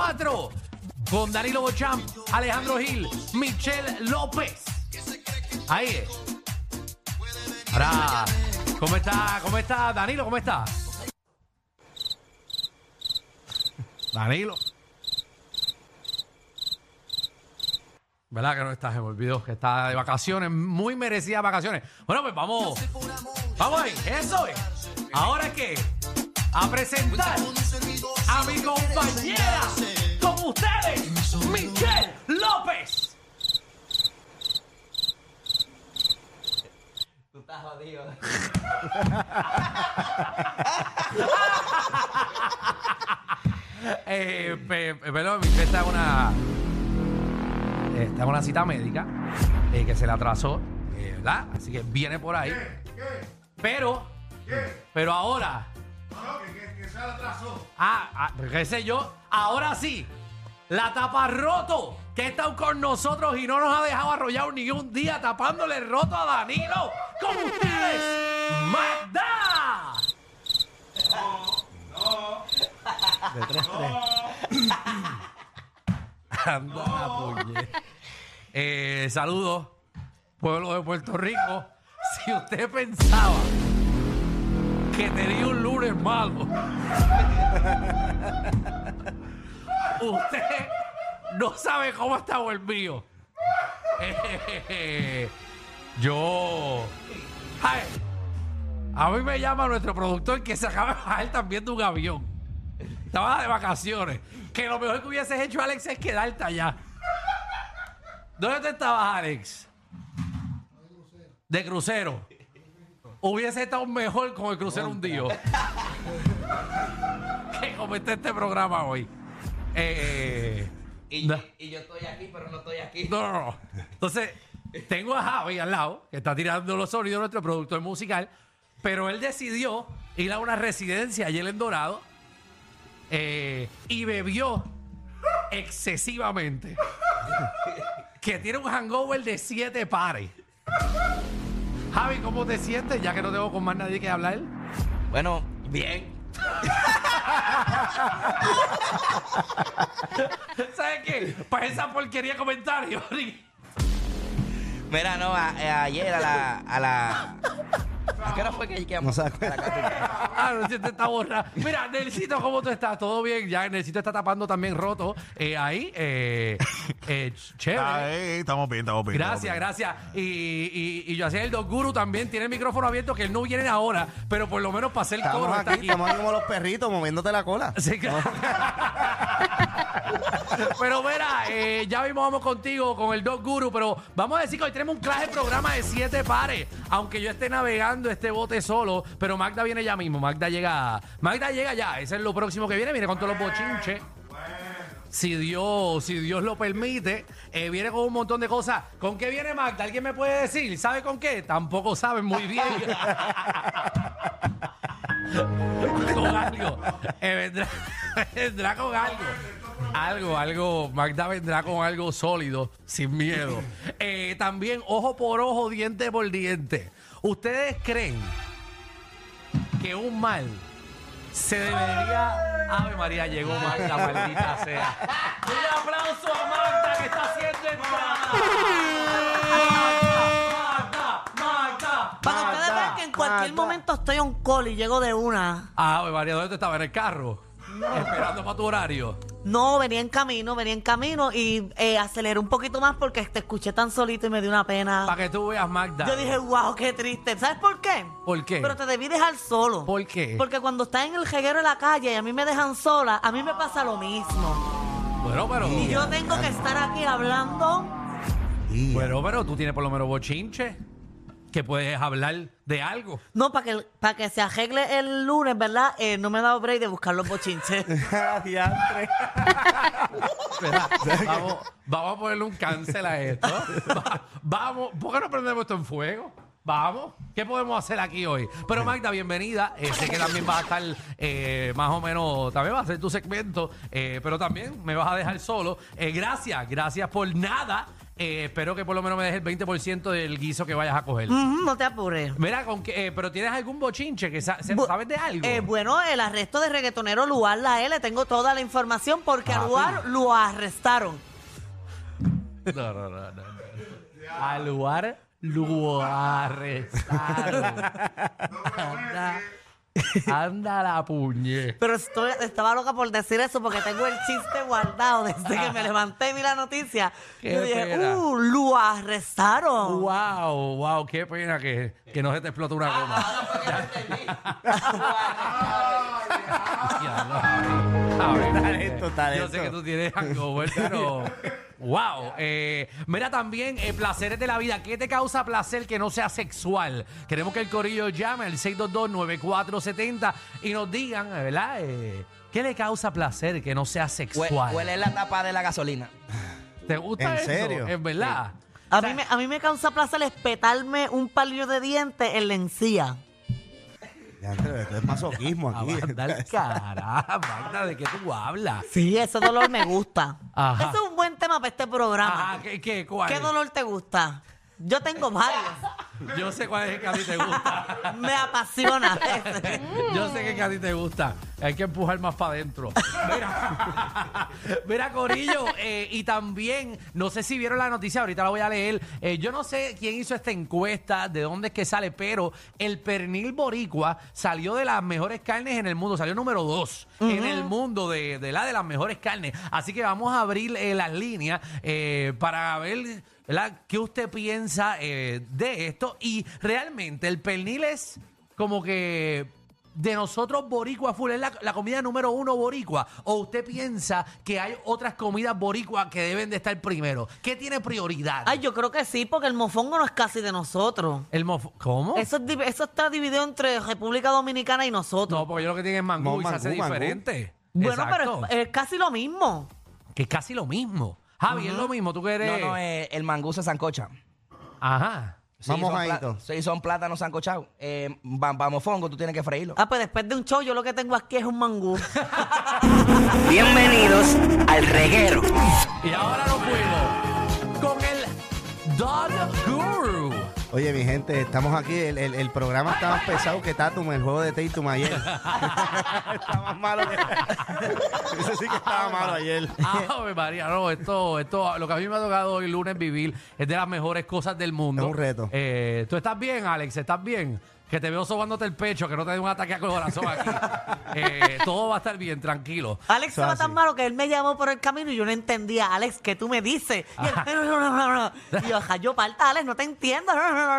4 con Danilo Bocham, Alejandro Gil, Michelle López. Ahí es. Ahora, ¿cómo está? ¿Cómo está? Danilo, ¿cómo está? Danilo. ¿Verdad que no está? Se me olvidó que está de vacaciones, muy merecidas vacaciones. Bueno, pues vamos. Vamos ahí, eso es. Ahora que a presentar a mi compañera con ustedes, Michelle López. Tú estás jodido. Perdón, Michelle está en una cita médica que se le atrasó, ¿verdad? Así que viene por ahí. Pero ahora. No, que se atrasó. Qué sé yo. Ahora sí, la taparroto que ha estado con nosotros y no nos ha dejado arrollado ni un día tapándole el roto a Danilo. ¡Con ustedes, Magda! De 3-3. Anda la puñe. Saludos, pueblo de Puerto Rico. Si usted pensaba que tenía un lunes malo, usted no sabe cómo estaba el mío. Ay, a mí me llama nuestro productor que se acaba de bajar también de un avión. Estaba de vacaciones. Que lo mejor que hubieses hecho, Alex, es quedarte allá. ¿Dónde tú estabas, Alex? De crucero. Hubiese estado mejor con el crucero hundido que comenté este programa hoy. Y yo estoy aquí, pero no estoy aquí. No. Entonces, tengo a Javi al lado, que está tirando los sonidos, nuestro productor musical, pero él decidió ir a una residencia ayer en Dorado y bebió excesivamente. Que tiene un hangover de 7 pares. Javi, ¿cómo te sientes? Ya que no tengo con más nadie que hablar. Bueno, bien. ¿Sabes qué? Para esa porquería de comentarios. Mira, no, ayer ¿a qué hora fue que llegamos? No se acuerda. Nelsito está borrado. Mira, Nelsito, ¿cómo tú estás? ¿Todo bien? Ya Nelsito está tapando también roto. Ahí, chévere. Ahí, estamos bien. Gracias. Y yo hacía el Dog Guru también. Tiene el micrófono abierto, que él no viene ahora, pero por lo menos para hacer el coro está aquí. Estamos aquí como los perritos moviéndote la cola. Sí, claro. Pero mira, ya mismo vamos contigo con el Dog Guru, pero vamos a decir que hoy tenemos un clase de programa de 7 pares, aunque yo esté navegando este bote solo, pero Magda viene ya mismo, Magda llega ya, ese es lo próximo que viene, viene con todos los bochinches. Si Dios lo permite, viene con un montón de cosas. ¿Con qué viene Magda? ¿Alguien me puede decir? ¿Sabe con qué? Tampoco saben muy bien. Con algo. Vendrá con algo. Algo. Magda vendrá con algo sólido, sin miedo. También ojo por ojo, diente por diente. ¿Ustedes creen que un mal se debería... Ave María, llegó Magda, maldita sea. Un aplauso a Magda que está haciendo entrada. Magda. Para que ustedes vean que en cualquier momento estoy on call y llego de una. Ave María, ¿dónde tú estabas? ¿En el carro? Esperando para tu horario. No, venía en camino y aceleré un poquito más porque te escuché tan solito y me dio una pena. Para que tú veas, Magda. Yo dije, wow, qué triste. ¿Sabes por qué? ¿Por qué? Pero te debí dejar solo. ¿Por qué? Porque cuando estás en el jeguero de la calle y a mí me dejan sola, a mí me pasa lo mismo. Bueno, pero... Y yo tengo que estar aquí hablando. Bueno, pero tú tienes por lo menos bochinche. Que puedes hablar de algo. No, para que se arregle el lunes, ¿verdad? No me he dado break de buscar los bochinches. Diantre. Espera, vamos a ponerle un cancel a esto. Vamos, ¿por qué no prendemos esto en fuego? Vamos, ¿qué podemos hacer aquí hoy? Pero Magda, bienvenida. Sé que también vas a estar más o menos, también vas a hacer tu segmento, pero también me vas a dejar solo. Gracias por nada. espero que por lo menos me dejes el 20% del guiso que vayas a coger. No te apures. Mira, pero ¿tienes algún bochinche que sabes de algo? Bueno, el arresto de reggaetonero Luar La L, tengo toda la información porque a Papi. Luar lo arrestaron. No. Al lugar lo arrestaron. Anda la puñe. Pero estaba loca por decir eso porque tengo el chiste guardado desde que me levanté y vi la noticia. Qué Yo dije, pena. lo arrestaron. Wow, qué pena que no se te explotó una goma. A ver, Talento. yo sé que tú tienes hangover, pero wow. Mira también placeres de la vida. ¿Qué te causa placer que no sea sexual? Queremos que el corillo llame al 622-9470 y nos digan, ¿verdad? ¿Qué le causa placer que no sea sexual? Huele la tapa de la gasolina. ¿Te gusta ¿En eso? serio? Es verdad. A mí me causa placer espetarme un palillo de dientes en la encía. Ya, Andrés, esto es masoquismo aquí. Magda, el carajo, Magda, ¿de qué tú hablas? Sí, ese dolor me gusta. Ajá. Ese es un buen tema para este programa. Ajá, ¿cuál? ¿Qué dolor te gusta? Yo tengo varios. Yo sé cuál es el que a ti te gusta. Me apasiona ese. Yo sé que a ti te gusta. Hay que empujar más para adentro. Mira, Corillo, y también, no sé si vieron la noticia, ahorita la voy a leer. Yo no sé quién hizo esta encuesta, de dónde es que sale, pero el pernil boricua salió de las mejores carnes en el mundo, salió número 2 en el mundo de las mejores carnes. Así que vamos a abrir las líneas para ver, ¿verdad?, qué usted piensa de esto. Y realmente el pernil es como que de nosotros boricua full, es la comida número 1 boricua, o usted piensa que hay otras comidas boricua que deben de estar primero. ¿Qué tiene prioridad? Ay, yo creo que sí, porque el mofongo no es casi de nosotros. ¿Cómo? Eso está dividido entre República Dominicana y nosotros. No, porque yo lo que tiene es mangú y se hace Mangú. diferente. Bueno, Exacto. pero es casi lo mismo. Que es casi lo mismo. Javi, es lo mismo, tú que eres... No, el mangú se sancocha. Ajá. Vamos son ahí, pla- todos. Sí, son plátanos sancochados. Vamos, fongo, tú tienes que freírlo. Ah, pues después de un show, yo lo que tengo aquí es un mangú. Bienvenidos al reguero. Y ahora nos fuimos con el Dog Guru. Oye, mi gente, estamos aquí. El programa está más pesado que Tatum, el juego de Tatum ayer. Está más malo que... Ese sí que estaba malo ayer. Ave María, no, esto, lo que a mí me ha tocado hoy lunes vivir es de las mejores cosas del mundo. Es un reto. ¿Tú estás bien, Alex? ¿Estás bien? Que te veo sobándote el pecho, que no te dé un ataque al corazón aquí. Todo va a estar bien, tranquilo. Alex Eso estaba es tan así. malo que él me llamó por el camino y yo no entendía. Alex, ¿qué tú me dices? Y él, y yo, yo parta, Alex, no te entiendo.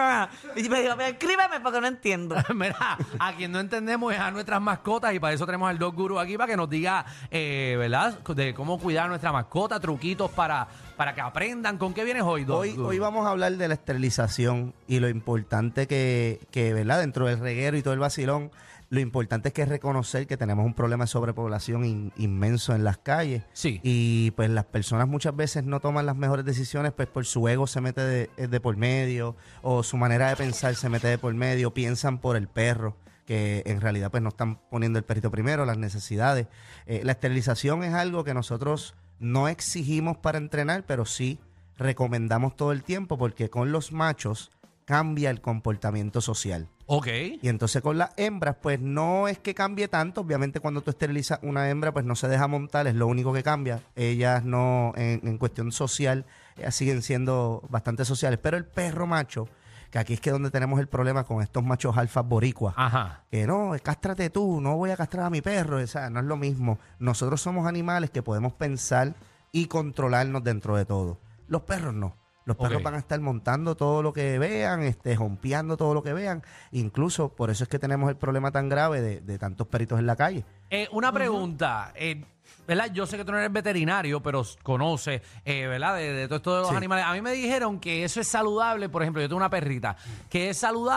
Y me dijo, escríbeme porque no entiendo. Mira, a quien no entendemos es a nuestras mascotas y para eso tenemos al Dog Guru aquí para que nos diga, ¿verdad?, de cómo cuidar a nuestra mascota, truquitos para que aprendan. ¿Con qué vienes hoy, Dog Guru? Hoy vamos a hablar de la esterilización y lo importante que, ¿verdad? Dentro del reguero y todo el vacilón, lo importante es que reconocer que tenemos un problema de sobrepoblación inmenso en las calles. Sí. Y pues las personas muchas veces no toman las mejores decisiones, pues por su ego se mete de por medio, o su manera de pensar se mete de por medio, piensan por el perro, que en realidad pues no están poniendo el perrito primero, las necesidades. La esterilización es algo que nosotros no exigimos para entrenar, pero sí recomendamos todo el tiempo, porque con los machos cambia el comportamiento social. Ok. Y entonces con las hembras, pues no es que cambie tanto. Obviamente cuando tú esterilizas una hembra, pues no se deja montar, es lo único que cambia. Ellas no, en cuestión social, ellas siguen siendo bastante sociales. Pero el perro macho, que aquí es que donde tenemos el problema con estos machos alfas boricuas. Ajá. Que no, cástrate tú, no voy a castrar a mi perro. O sea, no es lo mismo. Nosotros somos animales que podemos pensar y controlarnos dentro de todo. Los perros no. Los perros Ok. van a estar montando todo lo que vean, jompeando todo lo que vean. Incluso por eso es que tenemos el problema tan grave de tantos perritos en la calle. Una pregunta, ¿verdad? Yo sé que tú no eres veterinario, pero conoces, ¿verdad? De todo esto de los Sí. animales. A mí me dijeron que eso es saludable. Por ejemplo, yo tengo una perrita, que es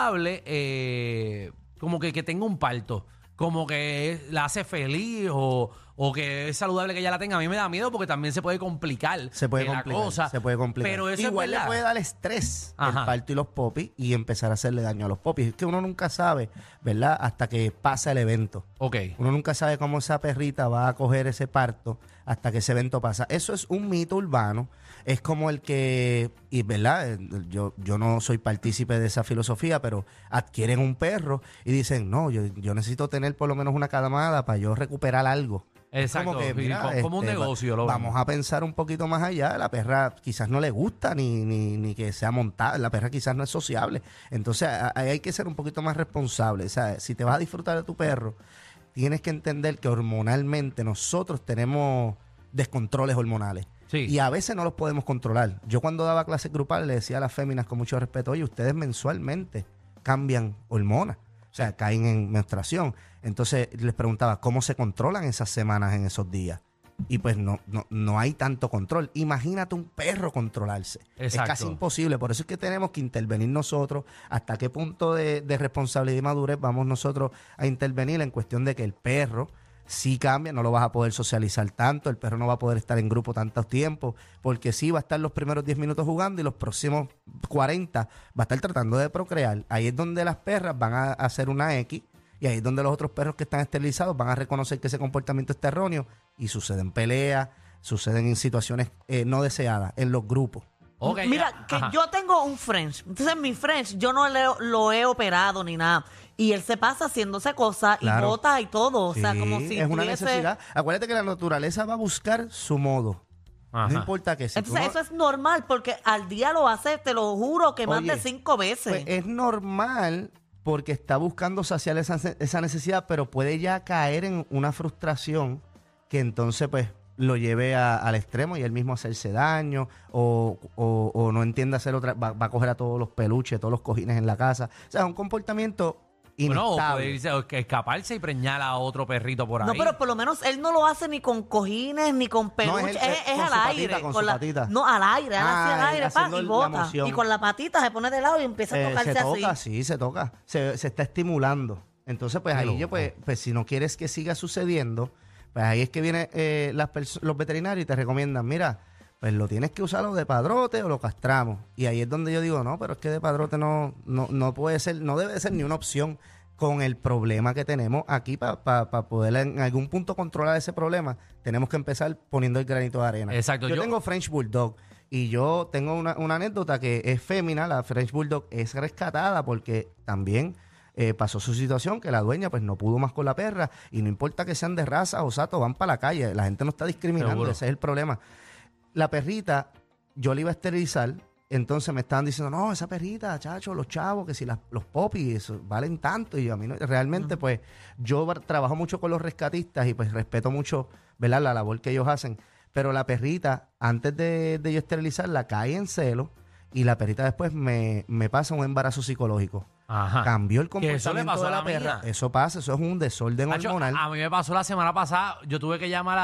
saludable como que tenga un parto, como que la hace feliz o que es saludable que ella la tenga. A mí me da miedo porque también se puede complicar. Se puede la complicar, cosa. se puede complicar. Pero eso Igual es le verdad. puede dar estrés Ajá. el parto y los popis y empezar a hacerle daño a los popis. Es que uno nunca sabe, ¿verdad? Hasta que pasa el evento. Ok. Uno nunca sabe cómo esa perrita va a coger ese parto hasta que ese evento pasa. Eso es un mito urbano. Es como el que, y verdad, yo no soy partícipe de esa filosofía, pero adquieren un perro y dicen, no, yo necesito tener por lo menos una camada para yo recuperar algo. Exacto, Como que, mira, como un negocio. Lo vamos a pensar un poquito más allá. La perra quizás no le gusta ni que sea montada. La perra quizás no es sociable. Entonces ahí hay que ser un poquito más responsable. O sea, si te vas a disfrutar de tu perro, tienes que entender que hormonalmente nosotros tenemos descontroles hormonales. Sí. Y a veces no los podemos controlar. Yo cuando daba clases grupales le decía a las féminas con mucho respeto, oye, ustedes mensualmente cambian hormonas. O sea, caen en menstruación. Entonces les preguntaba, ¿cómo se controlan esas semanas en esos días? Y pues no hay tanto control. Imagínate un perro controlarse. Exacto. Es casi imposible. Por eso es que tenemos que intervenir nosotros. ¿Hasta qué punto de responsabilidad y madurez vamos nosotros a intervenir en cuestión de que el perro sí cambia? No lo vas a poder socializar tanto, el perro no va a poder estar en grupo tantos tiempos, porque sí va a estar los primeros 10 minutos jugando y los próximos 40 va a estar tratando de procrear. Ahí es donde las perras van a hacer una X y ahí es donde los otros perros que están esterilizados van a reconocer que ese comportamiento está erróneo y suceden peleas, suceden en situaciones no deseadas en los grupos. Ok, Mira, que ajá. yo tengo un French. Entonces, mi French, yo no lo he operado ni nada. Y él se pasa haciéndose cosas Claro. y bota y todo. O sea, Sí, como si es una tuviese- necesidad. Acuérdate que la naturaleza va a buscar su modo. Ajá. No importa que si tú Entonces, no- eso es normal porque al día lo hace, te lo juro, que más Oye, de 5 veces. Pues es normal porque está buscando saciar esa necesidad, pero puede ya caer en una frustración que entonces pues lo lleve al extremo y él mismo hacerse daño o no entienda hacer otra, va a coger a todos los peluches, todos los cojines en la casa. O sea, es un comportamiento Bueno, o inestable. puede irse, o que escaparse y preñar a otro perrito por ahí. No, pero por lo menos él no lo hace ni con cojines, ni con peluche. él- es con al su patita, aire. con su patita. No, al aire. Él hace al Ah, aire, haciendo y la bota. moción. Y con la patita se pone de lado y empieza a tocarse se toca, así. sí, se toca. Se está estimulando. Entonces, pues ahí, loco. pues si no quieres que siga sucediendo, pues ahí es que vienen los veterinarios y te recomiendan, mira, pues lo tienes que usar o de padrote o lo castramos. Y ahí es donde yo digo, no, pero es que de padrote no puede ser, no debe ser ni una opción con el problema que tenemos aquí para poder en algún punto controlar ese problema. Tenemos que empezar poniendo el granito de arena. Exacto, Yo yo- tengo French Bulldog y yo tengo una anécdota que es fémina, la French Bulldog es rescatada porque también pasó su situación que la dueña pues no pudo más con la perra y no importa que sean de raza o sato, van para la calle, la gente no está discriminando, Seguro. ese es el problema. La perrita, yo la iba a esterilizar, entonces me estaban diciendo, no, esa perrita, chacho, los chavos, que si los popis eso, valen tanto, y a mí no, realmente pues yo trabajo mucho con los rescatistas y pues respeto mucho, ¿verdad?, la labor que ellos hacen, pero la perrita, antes de yo esterilizarla, cae en celo y la perrita después me pasa un embarazo psicológico. Ajá. Cambió el Que eso le comportamiento pasó de a la la perra. mía. Eso pasa, eso es un desorden Hacho, hormonal. a mí me pasó la semana pasada. Yo tuve que llamar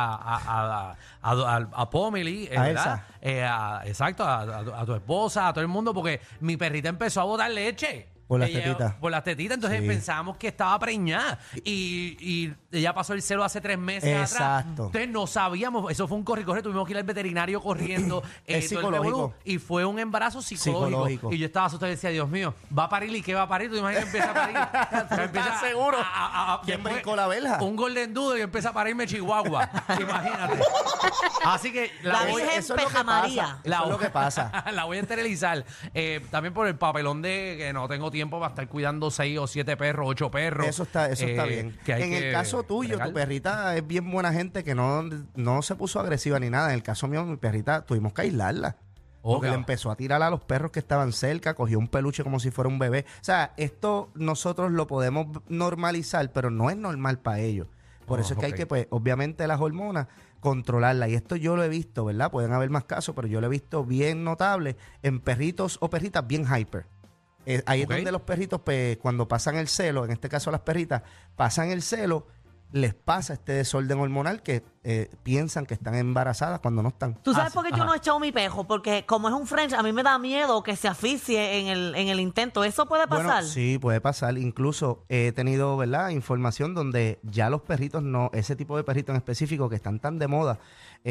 a Pomeli, A ¿verdad? Exacto, a tu esposa, a todo el mundo, porque mi perrita empezó a botar leche. Por las Ella- tetitas. Por las tetitas, entonces Sí. pensábamos que estaba preñada. Y ella pasó el celo hace 3 meses atrás. Exacto. Entonces no sabíamos, eso fue un corre, tuvimos que ir al veterinario corriendo. Es todo el revolú, psicológico. y fue un embarazo psicológico. Psicológico. Y yo estaba asustado y decía, Dios mío, ¿va a parir y qué va a parir? Tú imaginas que empieza a parir. ¿Estás seguro? ¿Quién después, brincó la verja? Un golden doodle y empieza a parirme chihuahua. Imagínate. Así que La voy- Virgen eso es lo que Pejamaría. pasa. Eso es lo que pasa. la voy a esterilizar. También por el papelón de que no tengo tiempo para estar cuidando 6 o 7 perros, 8 perros. Eso está bien. que hay En que el caso tuyo, bregar. tu perrita es bien buena gente que no se puso agresiva ni nada. En el caso mío, mi perrita, tuvimos que aislarla. Porque Ok. le empezó a tirar a los perros que estaban cerca, cogió un peluche como si fuera un bebé. O sea, esto nosotros lo podemos normalizar, pero no es normal para ellos. Por eso es que hay ok. que, pues, obviamente las hormonas, controlarla. Y esto yo lo he visto, ¿verdad? Pueden haber más casos, pero yo lo he visto bien notable en perritos o perritas bien hyper. Ahí Ok. es donde los perritos, pues, cuando pasan el celo, en este caso las perritas, pasan el celo, les pasa este desorden hormonal que piensan que están embarazadas cuando no están. ¿Tú sabes Ah, por qué yo ajá. no he echado mi pejo? Porque como es un French, a mí me da miedo que se asfixie en el intento. ¿Eso puede pasar? Bueno, sí, puede pasar. Incluso he tenido, ¿verdad?, información donde ya los perritos, no, ese tipo de perritos en específico que están tan de moda,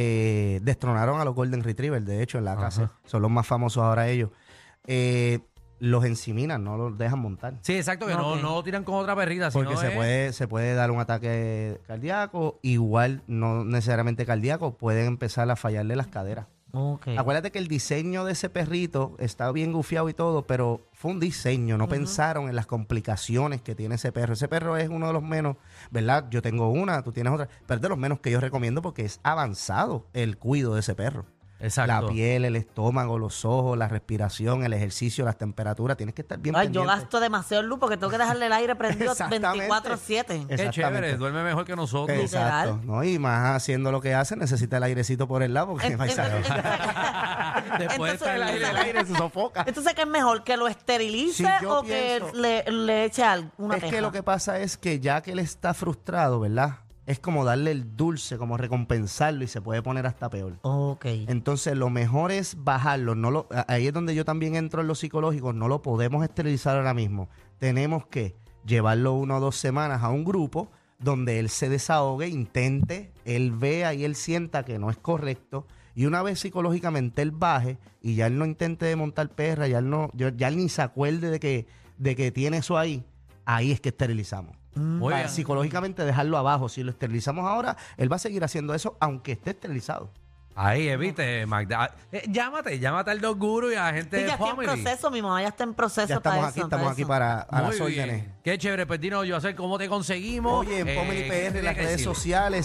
destronaron a los Golden Retriever, de hecho, en la casa. Son los más famosos ahora ellos. los ensiminan, no los dejan montar. Sí, exacto, que Ok. no lo tiran con otra perrita, Porque sino se puede dar un ataque cardíaco, igual no necesariamente cardíaco, pueden empezar a fallarle las caderas. Ok. Acuérdate que el diseño de ese perrito está bien gufiado y todo, pero fue un diseño, no pensaron en las complicaciones que tiene ese perro. Ese perro es uno de los menos, ¿verdad? Yo tengo una, tú tienes otra, pero es de los menos que yo recomiendo porque es avanzado el cuidado de ese perro. Exacto. La piel, el estómago, los ojos, la respiración, el ejercicio, las temperaturas, tienes que estar bien Ay, yo pendiente. gasto demasiado luz porque tengo que dejarle el aire prendido Exactamente. 24/7. Qué Exactamente. chévere, duerme mejor que nosotros. Literal. Exacto, ¿no? Y más haciendo lo que hace, necesita el airecito por el lado porque va a salir. Después está el aire. El aire se sofoca. Entonces, ¿qué es mejor? ¿Que lo esterilice Sí, yo o que pienso- le eche una Es que teja? lo que pasa es que ya que él está frustrado, ¿verdad? Es como darle el dulce, como recompensarlo y se puede poner hasta peor. Ok. Entonces, lo mejor es bajarlo. Ahí es donde yo también entro en lo psicológico. No lo podemos esterilizar ahora mismo. Tenemos que llevarlo 1 o 2 semanas a un grupo donde él se desahogue, intente, él vea y él sienta que no es correcto. Y una vez psicológicamente él baje y ya él no intente de montar perra, ya él ni se acuerde de que tiene eso ahí es que esterilizamos. Muy Para bien. psicológicamente dejarlo abajo. Si lo esterilizamos ahora, él va a seguir haciendo eso aunque esté esterilizado. Ahí, viste, Magda. Llámate al Dog Guru y a la gente Sí, de ya está en Family. proceso, mi mamá ya está en proceso Ya para estamos aquí eso. para a Muy las órdenes. bien. Qué chévere, pues dinos, yo sé cómo te conseguimos. Oye, en Pomeli ¿qué PR, en tienes las que redes decir? sociales,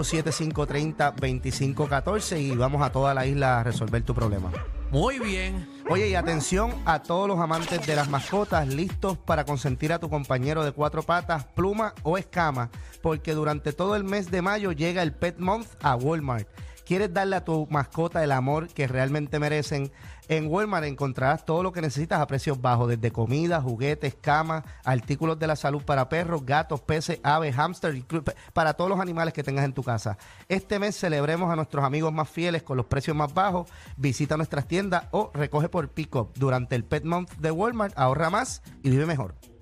787-530-2514 y vamos a toda la isla a resolver tu problema. Muy bien. Oye, y atención a todos los amantes de las mascotas, listos para consentir a tu compañero de 4 patas, pluma o escama, porque durante todo el mes de mayo llega el Pet Month a Walmart. ¿Quieres darle a tu mascota el amor que realmente merecen? En Walmart encontrarás todo lo que necesitas a precios bajos, desde comida, juguetes, camas, artículos de la salud para perros, gatos, peces, aves, hámster, para todos los animales que tengas en tu casa. Este mes celebremos a nuestros amigos más fieles con los precios más bajos. Visita nuestras tiendas o recoge por pick-up. Durante el Pet Month de Walmart, ahorra más y vive mejor.